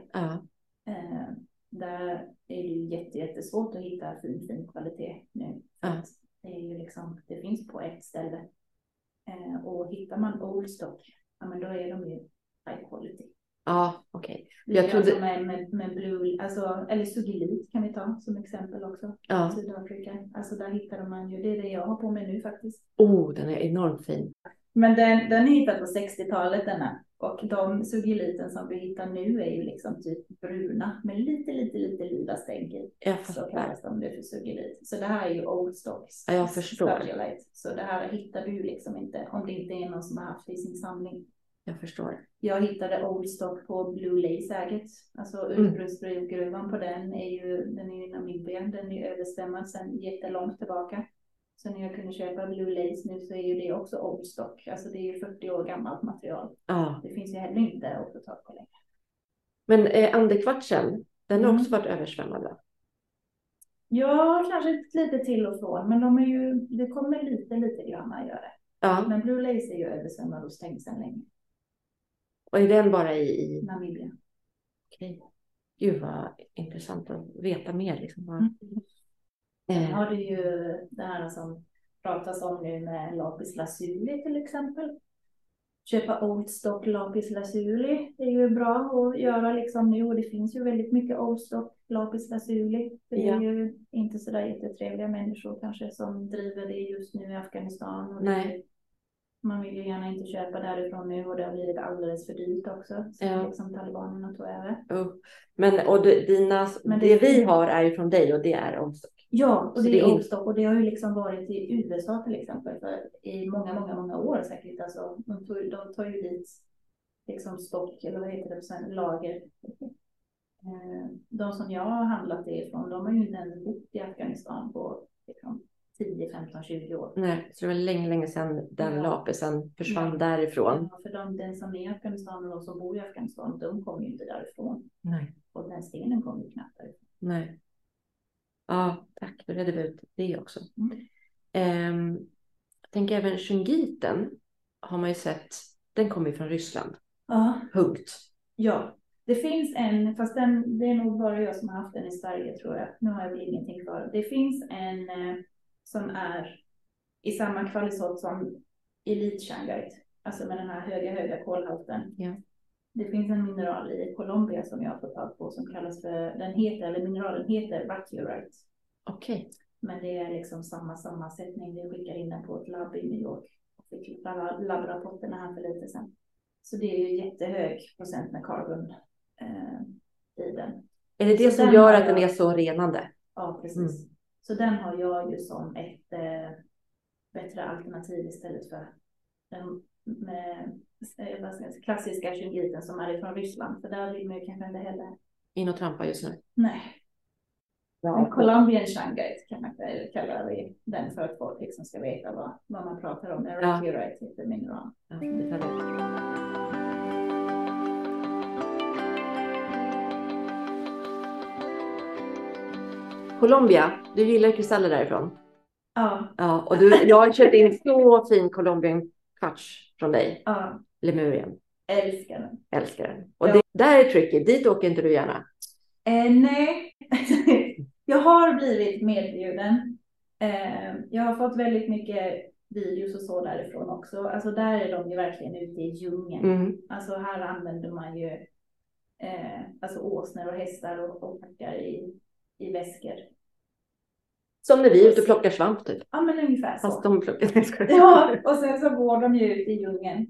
Där är det ju jättesvårt att hitta fin kvalitet nu. Det är ju liksom, det finns på ett ställe. Och hittar man oldstock, ja, men då är de ju high quality. Ja, okej. Jag trodde med blue, alltså, eller sugilit kan vi ta som exempel också. Sydafrika. Alltså där hittar man ju, det är det jag har på mig nu faktiskt. Den är enormt fin. Men den är hittad på 60-talet denna. Och de sugiliten som vi hittar nu är ju liksom typ bruna med lite lila stänker. Så kallas de det för sugilit. Så det här är ju old stocks. Jag förstår. Så det här hittar du liksom inte om det inte är någon som har haft det i sin samling. Jag förstår. Jag hittade Old Stock på Blue Lace-äget. Alltså ursprungsgruvan på den är ju i Namibia. Den är översvämmad sedan jättelångt tillbaka. Så när jag kunde köpa Blue Lace nu så är ju det också Old Stock. Alltså det är ju 40 år gammalt material. Ja. Det finns ju heller inte att få tag på längre. Men Andekvartsen, den har också varit översvämmad, va? Ja, kanske lite till och från. Men det kommer lite grann att göra. Ja. Men Blue Lace är ju översvämmad och stängt sedan länge. Och är den bara i Namibia? Okej. Gud vad intressant att veta mer. Liksom. Sen har du ju det här som pratas om nu med lapis lazuli till exempel. Köpa Old Stock lapis lazuli är ju bra att göra liksom nu. Och det finns ju väldigt mycket Old Stock lapis lazuli. Det är ju inte sådär jättetrevliga människor kanske som driver det just nu i Afghanistan. Och man vill ju gärna inte köpa därifrån nu och det har blivit alldeles för dyrt också. Så liksom talibanerna tog över. Men det vi har är ju från dig och det är Old Stock. Ja, och det är Old Stock och det har ju liksom varit i USA till exempel för i många år säkert. Alltså, de tar ju dit liksom stock eller vad heter det, sen lager. De som jag har handlat det ifrån, de har ju inte ens bott i Afghanistan på liksom 10, 15, 20 år. Nej, så det var länge sedan den lapisen försvann därifrån. Ja, för den som är i Afghanistan och de som bor i Afghanistan, de kommer ju inte därifrån. Nej. Och den stenen kommer ju knappt därifrån. Nej. Ja, tack. Då redde vi ut det också. Jag tänker även shungiten har man ju sett. Den kommer ju från Ryssland. Ja. Huggt. Ja. Det finns en, fast det är nog bara jag som har haft den i Sverige tror jag. Nu har jag väl ingenting kvar. Det finns en som är i samma kvalitet som Elite Shungite. Alltså med den här höga kolhalten. Ja. Det finns en mineral i Colombia som jag har fått tag på som kallas för, mineralen heter Rutherite. Okej. Men det är liksom samma sammansättning. Vi skickar in den på ett labb i New York. Och fick labbrapporterna här för lite sedan. Så det är ju jättehög procent med karbon i den. Är det det som gör att den är så renande? Ja, precis. Så den har jag ju som ett bättre alternativ istället för den klassiska shungiten som är från Ryssland. För där vill man ju kanske inte heller in och trampa just nu. Nej. En Colombian shungite kan man kalla det den för att folk liksom ska veta vad man pratar om. Rutherite heter mineral. Ja, det tar det. Colombia, du gillar kristaller därifrån? Ja. Ja, och jag har köpt in så fin Colombian kvarts från dig. Ja. Lemurien. Älskar den. Och det där är tricky, dit åker inte du gärna? Nej, jag har blivit medbjuden. Jag har fått väldigt mycket videos och så därifrån också. Alltså där är de ju verkligen ute i djungeln. Alltså här använder man ju alltså åsnor och hästar och packar i väskor. Som när vi är ute och plockar svamp typ. Ja, men ungefär så. Fast de plockar. Ja, och sen så går de ju ut i djungeln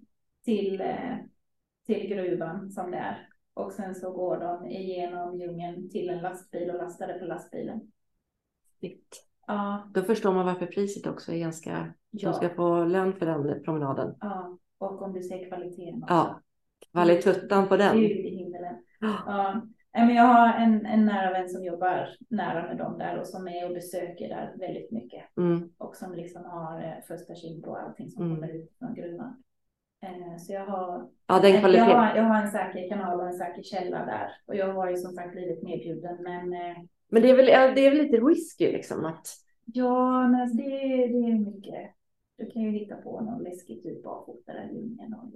till gruvan som det är. Och sen så går de igenom djungeln till en lastbil och lastar det på lastbilen. Ja. Då förstår man varför priset också är ganska... De ska få lön för den promenaden. Ja, och om du ser kvaliteten också. Ja, kvaliteten på den. Gud i himlen. Ja. Men jag har en nära vän som jobbar nära med dem där och som är och besöker där väldigt mycket. Och som liksom har första kin på allting som kommer ut från gruvan. Så jag har, jag har en säker kanal och en säker källa där. Och jag har ju som sagt blivit medbjuden. Men det är väl lite risky liksom att... Ja, men alltså det är mycket. Du kan ju hitta på någon läskig typ av fotare eller ingen och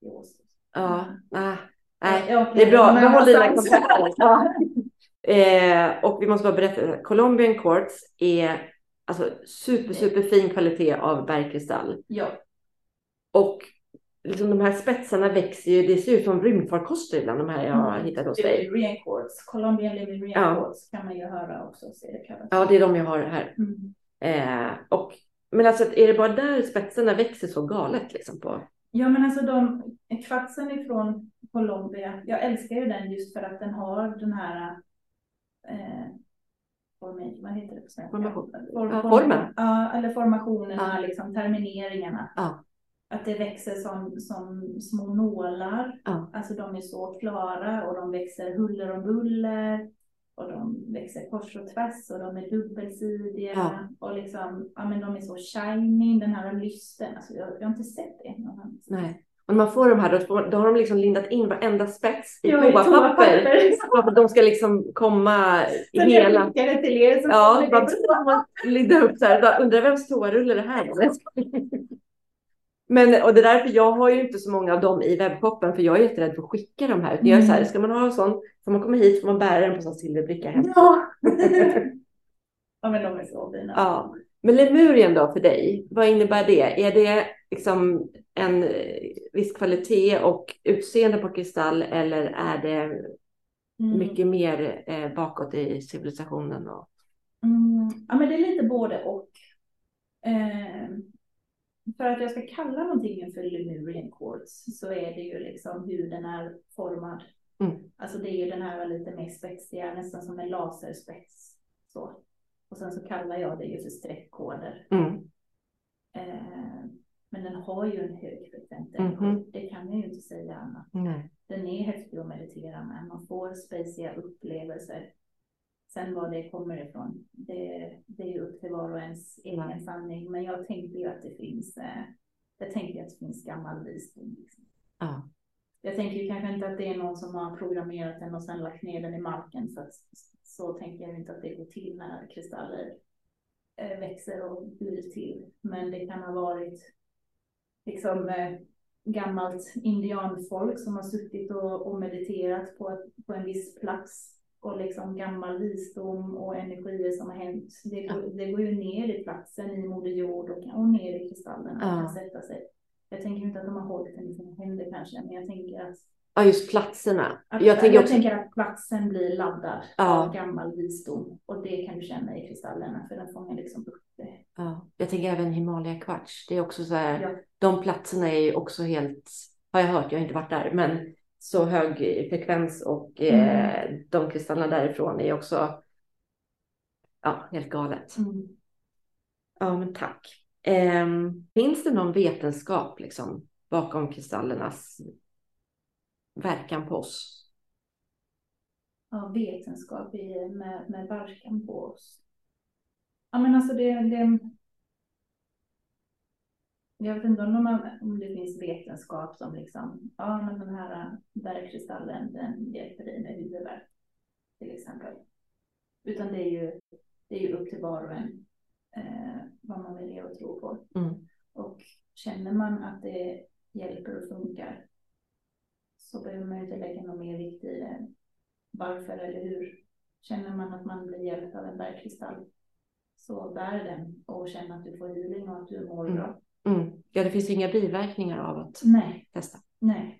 nej, det är bra. Vi håller dina kontakter. Och vi måste bara berätta. Colombian quartz är alltså superfin kvalitet av bergkristall. Ja. Och liksom de här spetsarna växer ju. Det ser ut som rymdfarkoster ibland de här jag har hittat hos dig. Lemurian quartz. Colombian Lemurian quartz kan man ju höra också. Ja, det är de jag har här. Men alltså är det bara där spetsarna växer så galet liksom på? Ja, men alltså kvartsen ifrån Colombia, jag älskar ju den just för att den har den här vad heter det på svenska? Formen. Ja, eller formationerna, liksom termineringarna. Ja. att det växer som små nålar. Ja. Alltså de är så klara och de växer huller om buller. Och de växer kors och tvärs och de är dubbelsidiga. Ja. Och liksom, ja men de är så shiny, den här lysten. Alltså jag har inte sett det någonstans. Nej. Och när man får de här, då har de liksom lindat in varenda spets i Ja, toapapper. Så att de ska liksom komma i hela... Jag skickar det till er så ja, man linda upp så här. Undrar vems toarulle är det här? Men, och det är därför jag har ju inte så många av dem i webbshoppen, för jag är jätterädd för att skicka de här. Jag är så här, ska man ha en sån, får man komma hit, får man bära den på sån silverbricka hem. Ja. Ja, men de är så fina. Ja. Men lemurien då för dig, vad innebär det? Är det liksom en viss kvalitet och utseende på kristall, eller är det mycket mer bakåt i civilisationen? Och... Ja, men det är lite både och. För att jag ska kalla någonting för Lemurian quartz så är det ju liksom hur den är formad. Alltså det är ju den här lite mer spetsiga, nästan som en laserspets. Så. Och sen så kallar jag det ju för streckkoder. Men den har ju en hög frekvent energi. Det kan jag ju inte säga annat. Den är häftig att meditera med. Man får spaciga upplevelser. Sen var det kommer ifrån, det är ju upp till var och ens egen sanning. Men jag tänkte ju att det finns, gammal visdom. Liksom. Ja. Jag tänker ju kanske inte att det är någon som har programmerat den och sen lagt ner den i marken. Så tänker jag inte att det går till när kristaller växer och blir till. Men det kan ha varit liksom gammalt indianfolk som har suttit och mediterat på en viss plats. Och liksom gammal visdom och energier som har hänt. Det går ju ner i platsen i Moder Jord och ner i kristallen och kan sätta sig. Jag tänker inte att de har hållit den i sina händer kanske, men jag tänker att... Ja, just platserna. Jag tänker att platsen blir laddad av gammal visdom. Och det kan du känna i kristallerna, för den fångar liksom upp det. Ja, jag tänker även Himalaya kvarts. Det är också så här, de platserna är ju också helt, har jag hört, jag har inte varit där, men så hög frekvens och de kristallerna därifrån är också helt galet. Ja, men tack. Finns det någon vetenskap liksom bakom kristallernas verkan på oss? Ja, vetenskap med verkan på oss. Ja, men alltså det jag vet inte om det finns vetenskap som liksom, men den här bergkristallen, den hjälper dig med huvudvärk till exempel. Utan det är ju upp till var och en vad man väljer att tro på. Och känner man att det hjälper och funkar så behöver man inte lägga någon mer vikt i det. Varför eller hur? Känner man att man blir hjälpt av en bergkristall så bär den och känner att du får healing och att du mår bra. Ja, det finns inga biverkningar av att testa. Nej.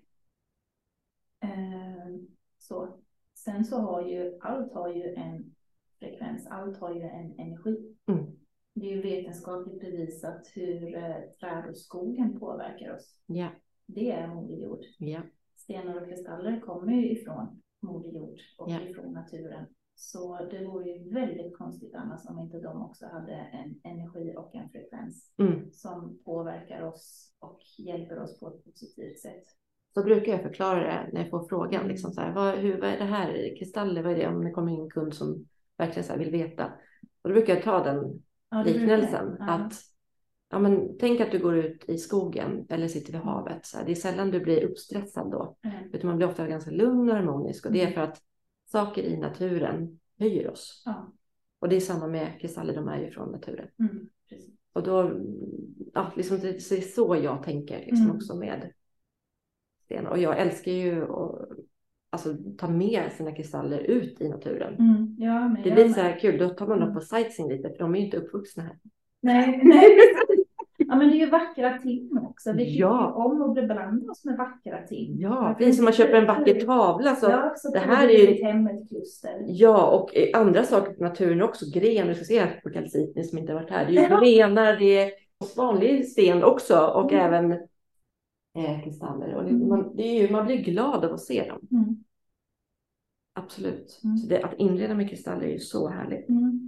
Så. Sen så allt har ju en frekvens, allt har ju en energi. Det är ju vetenskapligt bevisat hur träd och skogen påverkar oss. Ja. Det är Moder Jord. Ja. Stenar och kristaller kommer ju ifrån Moder Jord och ifrån naturen. Så det vore ju väldigt konstigt annars om inte de också hade en energi och en frekvens som påverkar oss och hjälper oss på ett positivt sätt. Så brukar jag förklara det när jag får frågan. Liksom så här, vad är det här? Kristaller, vad är det? Om det kommer in en kund som verkligen så här vill veta. Och då brukar jag ta den liknelsen. Att, tänk att du går ut i skogen eller sitter vid havet. Så här, det är sällan du blir uppstressad då. Utan man blir ofta ganska lugn och harmonisk. Och det är för att saker i naturen höjer oss. Och det är samma med kristaller, de är ju från naturen. Och då, liksom det är så jag tänker liksom också med stenar. Och jag älskar ju att ta med sina kristaller ut i naturen. Det blir så här kul, då tar man dem på sightseeing lite, för de är ju inte uppvuxna här. Nej. Ja, men det är ju vackra ting också. Vi tycker ju om att beblanda oss med vackra ting. Ja, precis som man köper en vacker tavla. Så det här är ju ett kluster. Ja, och andra saker på naturen också. Grenar, du ska se på kalcit, ni som inte har varit här. Det är ju grenar, det är vanlig sten också. Och även kristaller. Och man blir glad av att se dem. Absolut. Så att inreda med kristaller är ju så härligt.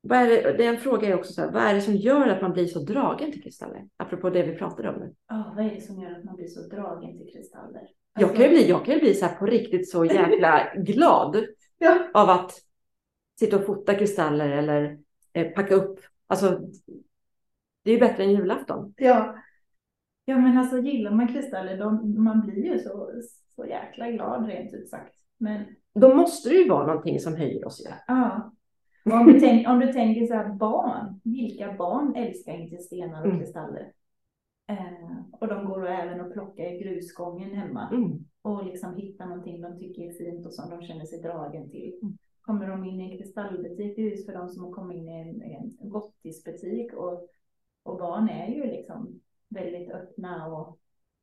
Det är en fråga är också så här, vad är det som gör att man blir så dragen till kristaller? Apropå det vi pratade om nu. Ja, vad är det som gör att man blir så dragen till kristaller? Jag kan ju bli så här på riktigt så jäkla glad av att sitta och fota kristaller eller packa upp. Alltså, det är ju bättre än julafton. Ja, men alltså gillar man kristaller, man blir ju så jäkla glad rent ut sagt. Men då måste det ju vara någonting som höjer oss. Ja. Och om du tänker så här, barn, vilka barn älskar inte stenar och kristaller? Och de går även och plockar i grusgången hemma och liksom hittar någonting de tycker är fint och som de känner sig dragen till. Kommer de in i en kristallbutik, det är just för de som har kommit in i en gottisbutik, och barn är ju liksom väldigt öppna och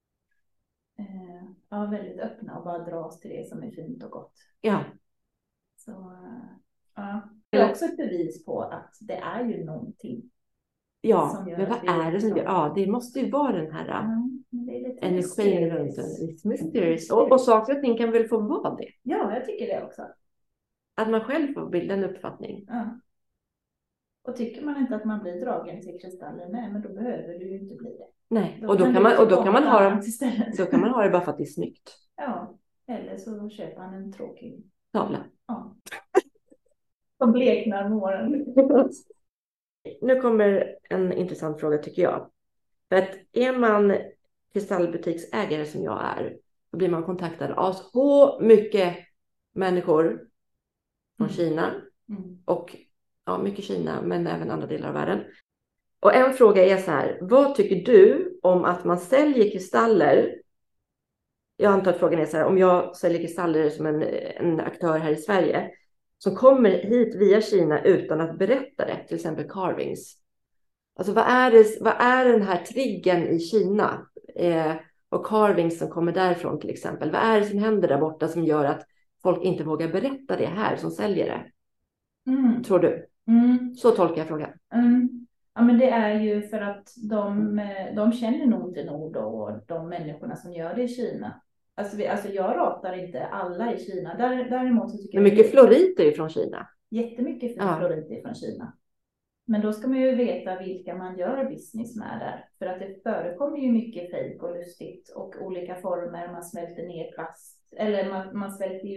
väldigt öppna och bara dras till det som är fint och gott. Ja. Så det är också ett bevis på att det är ju någonting. Ja, men vad är det som gör? Ja, det måste ju vara den här energin runt den. Mysterious. Och saker och ting kan väl få vara det? Ja, jag tycker det också. Att man själv får bilda en uppfattning. Ja. Och tycker man inte att man blir dragen till kristaller, nej, men då behöver du ju inte bli det. Nej, och då kan man ha det bara för att det är snyggt. Ja, eller så köper man en tråkig tavla. Ja. Som bleknar med åren. Nu kommer en intressant fråga tycker jag. För att är man kristallbutiksägare som jag är, då blir man kontaktad av så mycket människor från Kina. Och mycket Kina, men även andra delar av världen. Och en fråga är så här, vad tycker du om att man säljer kristaller? Jag antar att frågan är så här, om jag säljer kristaller som en aktör här i Sverige som kommer hit via Kina utan att berätta det, till exempel carvings. Alltså vad är den här triggen i Kina och carvings som kommer därifrån till exempel? Vad är det som händer där borta som gör att folk inte vågar berätta det här som säljer det? Tror du? Så tolkar jag frågan. Ja, men det är ju för att de känner nog inte Nord och de människorna som gör det i Kina. Alltså jag ratar inte alla i Kina. Däremot så tycker jag... Men mycket floriter från Kina. Jättemycket floriter från Kina. Men då ska man ju veta vilka man gör business med där. För att det förekommer ju mycket fejk och lustigt och olika former. Man smälter ner plast. Eller man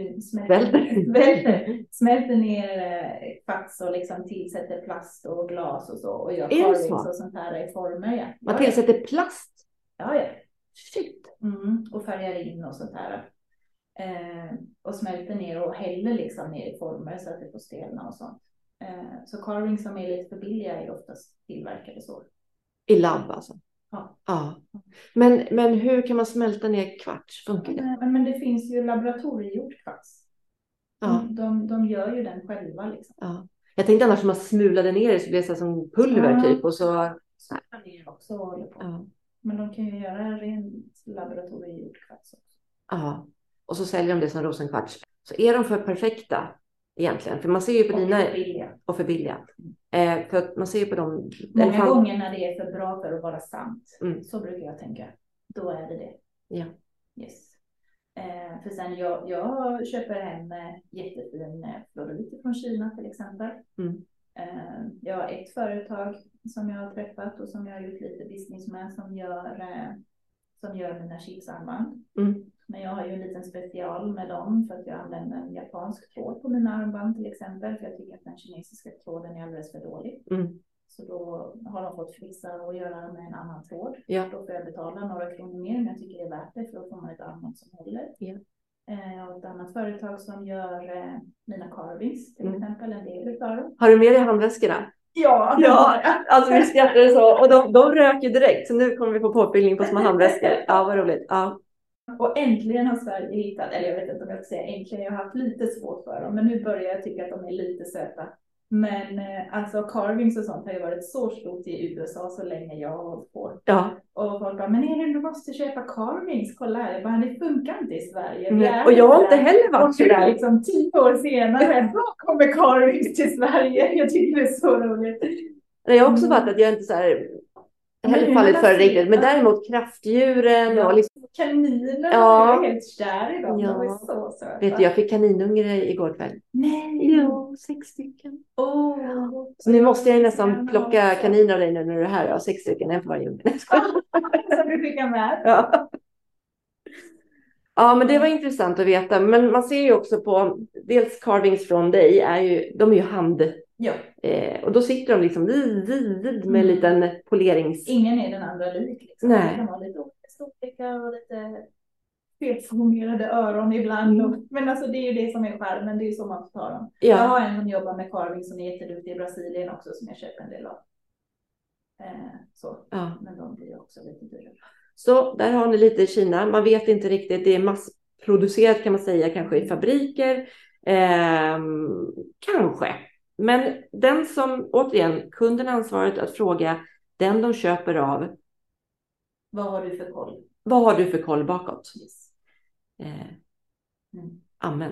smälter ner kvarts och liksom tillsätter plast och glas och så. Och gör carvings och sånt här i former. Ja. Man tillsätter plast? Ja. Shit. Och färgar in och sånt här. Och smälter ner och häller liksom ner i former så att det får stelna och sånt. Så carving som är lite för billiga är oftast tillverkade så. I labb alltså? Ja. Men hur kan man smälta ner kvarts? Funkar det? Men det finns ju laboratoriegjord kvarts. Ja. De gör ju den själva liksom. Ja. Jag tänkte annars att man smulade ner det så blir det så som pulver typ. Och så ner också håller på. Ja. Men de kan ju göra rent laboratoriegjord kvarts också. Ja. Och så säljer de det som rosenkvarts. Så är de för perfekta egentligen? För man ser ju på dina... Och för billiga. För att man ser ju på dem... Många gånger när det är för bra för att vara sant. Så brukar jag tänka. Då är det. Ja. Yes. För sen jag köper hem jättefin florit från Kina till exempel. Jag har ett företag som jag har träffat och som jag har gjort lite business med som gör mina chipsarmband. Men jag har ju en liten special med dem för att jag använder en japansk tråd på mina armband till exempel. För jag tycker att den kinesiska tråden är alldeles för dålig. Så då har de fått fixa och göra med en annan tråd. Ja. Då får jag betala några kronor mer, men jag tycker det är värt det för då får man ett armband som håller. Ja. Jag har ett annat företag som gör mina carvings till exempel, en del utav dem. Har du med dig handväskorna? Ja, alltså vi skrattade så. Och de röker direkt, så nu kommer vi få påfyllning på små handväskor. Ja, vad roligt. Ja. Och äntligen har Sverige hittat, eller jag vet inte om jag ska säga äntligen, jag har haft lite svårt för dem, men nu börjar jag tycka att de är lite söta. Men alltså carvings och sånt har ju varit så stort i USA så länge jag har hållit på. Ja. Och folk bara, men Elin, du måste köpa carvings, kolla här. Jag bara, det funkar inte i Sverige. Och jag har inte heller varit så där. Liksom 10 år senare, då kommer carvings till Sverige. Jag tycker det är så roligt. Jag har också varit att jag inte så här, heller fallit för riktigt. Men däremot kraftdjuren och liksom... Kaninerna, jag är helt kär i dem. Ja. De är så söta. Vet du, jag fick kaninungar igår kväll. Nej! Jo, 6 stycken. Så nu måste jag nästan plocka kaniner av dig nu när du är här. Jag har 6 stycken, en på varje unge. Som du skickar med. Ja, men det var intressant att veta. Men man ser ju också på, dels carvings från dig, de är ju hand. Ja. Och då sitter de liksom med en liten polerings... Ingen är den andra lik. Liksom. Nej. Det kan vara lite olika storlekar och lite felformerade öron ibland. Men alltså det är ju det som är skärmen, det är ju så man får ta dem. Ja. Jag har en som jobbar med carving som är jätteduktig i Brasilien också, som jag köper en del av. Men de blir också lite dyrare. Så där har ni lite i Kina. Man vet inte riktigt. Det är massproducerat kan man säga. Kanske i fabriker. Kanske. Men den som, återigen, kunden har ansvaret att fråga den de köper av. Vad har du för koll? Vad har du för koll bakåt? Yes. Amen.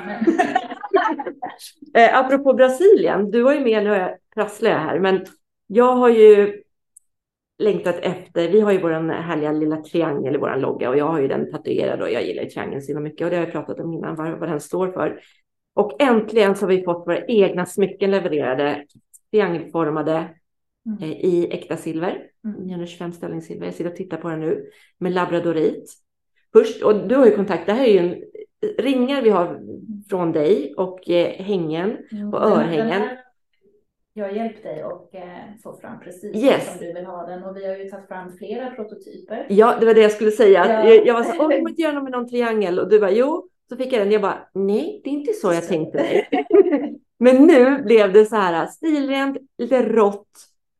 Apropå Brasilien. Du var ju med, nu jag prasslar här. Men jag har ju längtat efter, vi har ju vår härliga lilla triangel i vår logga och jag har ju den tatuerad och jag gillar triangeln så mycket och det har jag pratat om innan vad den står för. Och äntligen så har vi fått våra egna smycken levererade, triangelformade i äkta silver, 925 ställningssilver. Jag sitter och tittar på den nu med labradorit. Först, och du har ju kontakt, det här är ju ringar vi har från dig och hängen och örhängen. Jag har hjälpt dig att få fram precis som du vill ha den. Och vi har ju tagit fram flera prototyper. Ja, det var det jag skulle säga. Jag var så här, jag måste göra något med någon triangel. Och du bara, jo. Så fick jag den. Jag bara, nej, det är inte så jag tänkte mig. Men nu blev det så här stilrent, lite rått.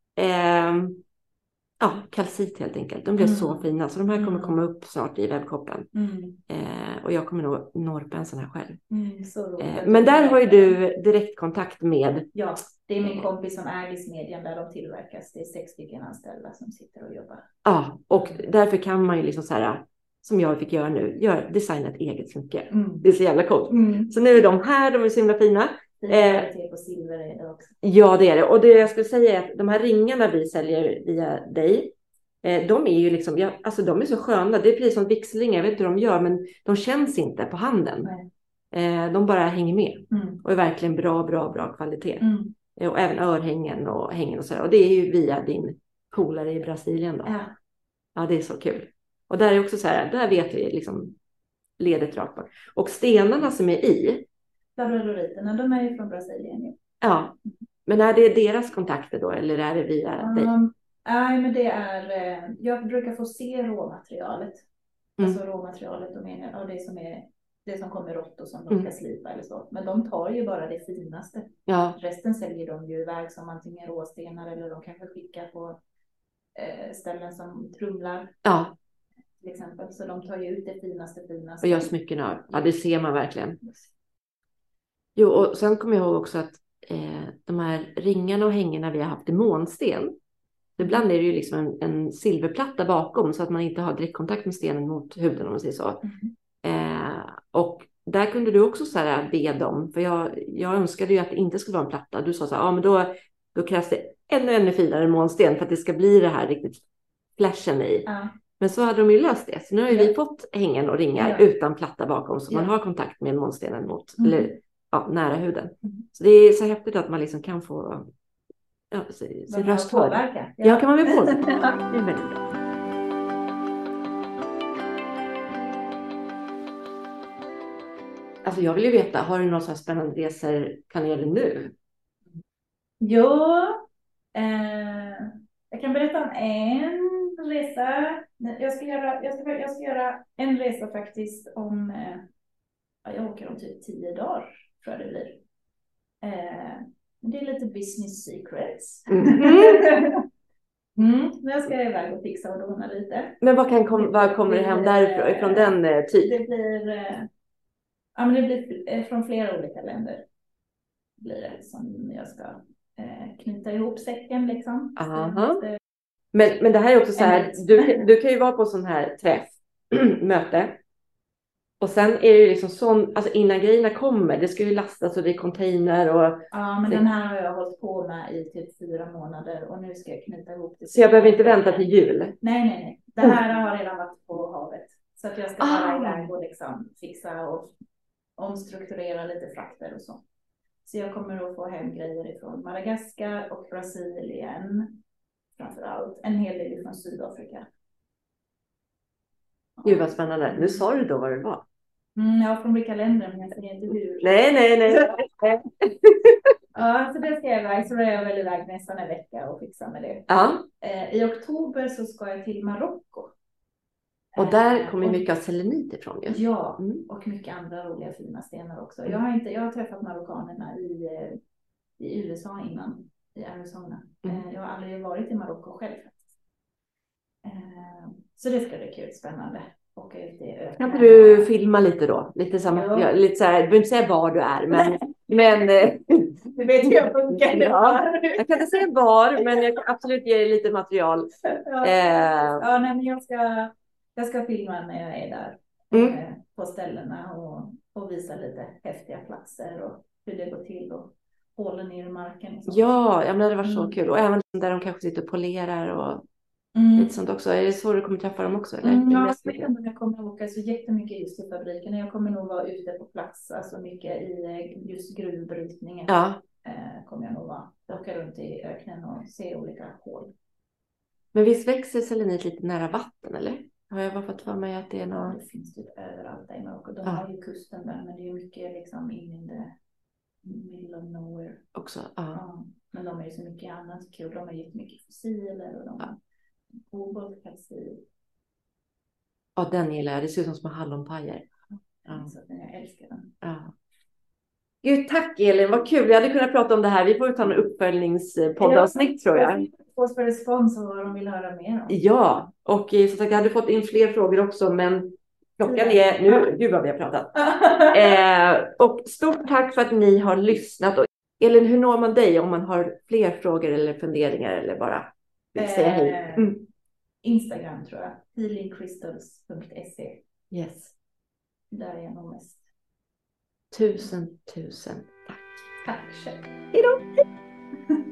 Kalcit helt enkelt. De blev så fina. Så de här kommer komma upp snart i webbshoppen. Och jag kommer nog norpa en sån här själv. Men där har ju du direktkontakt med... Ja, det är min kompis som äger smedjan där de tillverkas. Det är 6 stycken anställda som sitter och jobbar. Ja, och därför kan man ju liksom så här... Som jag fick göra nu. Designa ett eget smycke. Det är så jävla coolt. Så nu är de här. De är så himla fina. På silver är det också. Ja, det är det. Och det jag skulle säga är att de här ringarna vi säljer via dig. De är ju liksom, alltså de är så sköna. Det är precis som vigselringar, jag vet inte hur de gör, men de känns inte på handen. De bara hänger med. Och är verkligen bra kvalitet. Och även örhängen och hängen och sådär. Och det är ju via din polare i Brasilien då. Ja, det är så kul. Och där är också så här, där vet vi liksom ledet rakt bort. Och stenarna som är i. Labradoriterna, de är ju från Brasilien ju. Ja, men är det deras kontakter då, eller är det via dig? Nej, men det är, jag brukar få se råmaterialet. Alltså råmaterialet och det som är det som kommer rått och som de ska slipa eller så. Men de tar ju bara det finaste. Ja. Resten säljer de ju iväg som antingen råstenar eller de kanske skickar på ställen som trumlar. Ja. Till exempel. Så de tar ju ut det finaste. Och gör smycken av. Ja, det ser man verkligen. Jo, och sen kommer jag ihåg också att de här ringarna och hängerna vi har haft i månsten. Ibland är det ju liksom en silverplatta bakom så att man inte har direktkontakt med stenen mot huden om man säger så. Och där kunde du också så här be dem. För jag önskade ju att det inte skulle vara en platta. Du sa så här, men då krävs det ännu finare månsten för att det ska bli det här riktigt flashen i. Men så hade de ju löst det. Så nu har ju vi fått hängen och ringar utan platta bakom. Så man har kontakt med månstenen mot, eller nära huden. Så det är så häftigt att man liksom kan få sin röst påverka. Ja, kan man väl påverka. Det är väldigt bra. Alltså jag vill ju veta, har du några så här spännande resor planerade nu? Ja, jag kan berätta om en resa. Jag ska göra en resa faktiskt om, jag åker om typ 10 dagar tror jag det blir. Det är lite business secrets. Jag ska iväg och fixa och dona lite. Men vad kommer det hem därifrån den typ? Det blir från flera olika länder. Blir det som jag ska knyta ihop säcken liksom. Men det här är också så här, du kan ju vara på sån här möte. Och sen är det liksom sån, alltså innan grejerna kommer, det ska ju lastas och det är container och... Ja, men den här har jag hållit på med i typ 4 månader och nu ska jag knyta ihop det. Så jag behöver inte vänta till jul? Nej. Det här har redan varit på havet. Så att jag ska bara iväg och liksom fixa och omstrukturera lite frakter och så. Så jag kommer att få hem grejer ifrån Madagaskar och Brasilien. Framförallt. En hel del från Sydafrika. Gud vad spännande. Nu sa du då vad det var. Ja, från vilka länder, men jag säger inte hur. Nej. Ja, så det ska jag iväg. Så då är jag väl iväg nästan en vecka och fixa med det. Ja. I oktober så ska jag till Marocko. Och där kommer mycket av selenit ifrån. Just. Ja, och mycket andra roliga fina stenar också. Jag har träffat marockanerna i USA innan, i Arizona. Jag har aldrig varit i Marocko själv. Så det ska bli kul, spännande. Kan inte du filma lite då? Lite samma, lite så här, du behöver inte säga var du är, men du vet hur jag funkar. Ja, jag kan inte säga var, men jag kan absolut ge dig lite material. Men jag ska filma när jag är där på ställena och visa lite häftiga platser och hur det går till och hålen ner i marken. Och sånt. Ja, men det var så kul. Och även där de kanske sitter och polerar och lite sånt också. Är det så du kommer träffa dem också? Eller? Jag vet inte om jag kommer att åka så jättemycket just i fabriken. Jag kommer nog vara ute på plats, alltså mycket i just gruvbrytningen. Ja. Kommer jag nog vara. Åka runt i öknen och se olika hål. Men visst växer selenit lite nära vatten, eller? Har jag bara fått för mig att det är något... Ja, det finns typ överallt där i Marocko. De har ju kusten där, men det är mycket liksom in i the middle of nowhere. Också, ja. Men de är ju så mycket annat kul. De har ju mycket fossiler och de har kobolt-kalcit. Ja, den gillar jag. Det ser ut som små hallonpajer. Så jag älskar den. Ja. Gud, tack Elin, vad kul. Vi hade kunnat prata om det här. Vi får ta en uppföljningspoddavsnitt tror jag. Få för respons och vad de vill höra mer om. Ja, och så sagt, jag hade fått in fler frågor också, men klockan är nu. Gud vad vi har pratat. Och stort tack för att ni har lyssnat. Och Elin, hur når man dig om man har fler frågor eller funderingar eller bara vill säga hej? Instagram tror jag. healingcrystals.se. Yes. Där är jag nog mest. Tusen tack. Tack själv. Hej då.